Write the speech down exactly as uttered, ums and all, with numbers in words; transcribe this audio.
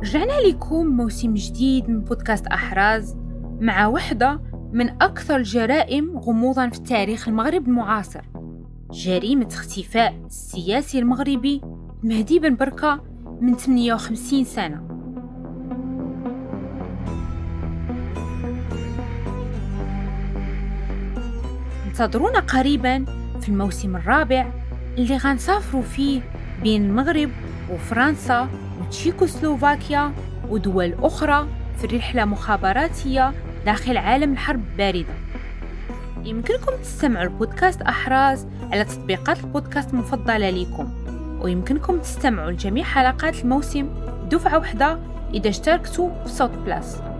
رجعنا لكم موسم جديد من بودكاست أحراز مع وحدة من أكثر الجرائم غموضاً في تاريخ المغرب المعاصر، جريمة اختفاء السياسي المغربي مهدي بن بركة من ثمانية وخمسين سنة. انتظرونا قريباً في الموسم الرابع اللي غنسافروا فيه بين المغرب وفرنسا وتشيكوسلوفاكيا ودول أخرى في رحلة مخابراتية داخل عالم الحرب الباردة. يمكنكم تستمعوا البودكاست أحراز على تطبيقات البودكاست المفضلة لكم، ويمكنكم تستمعوا لجميع حلقات الموسم دفعة واحدة إذا اشتركتوا في صوت بلاس.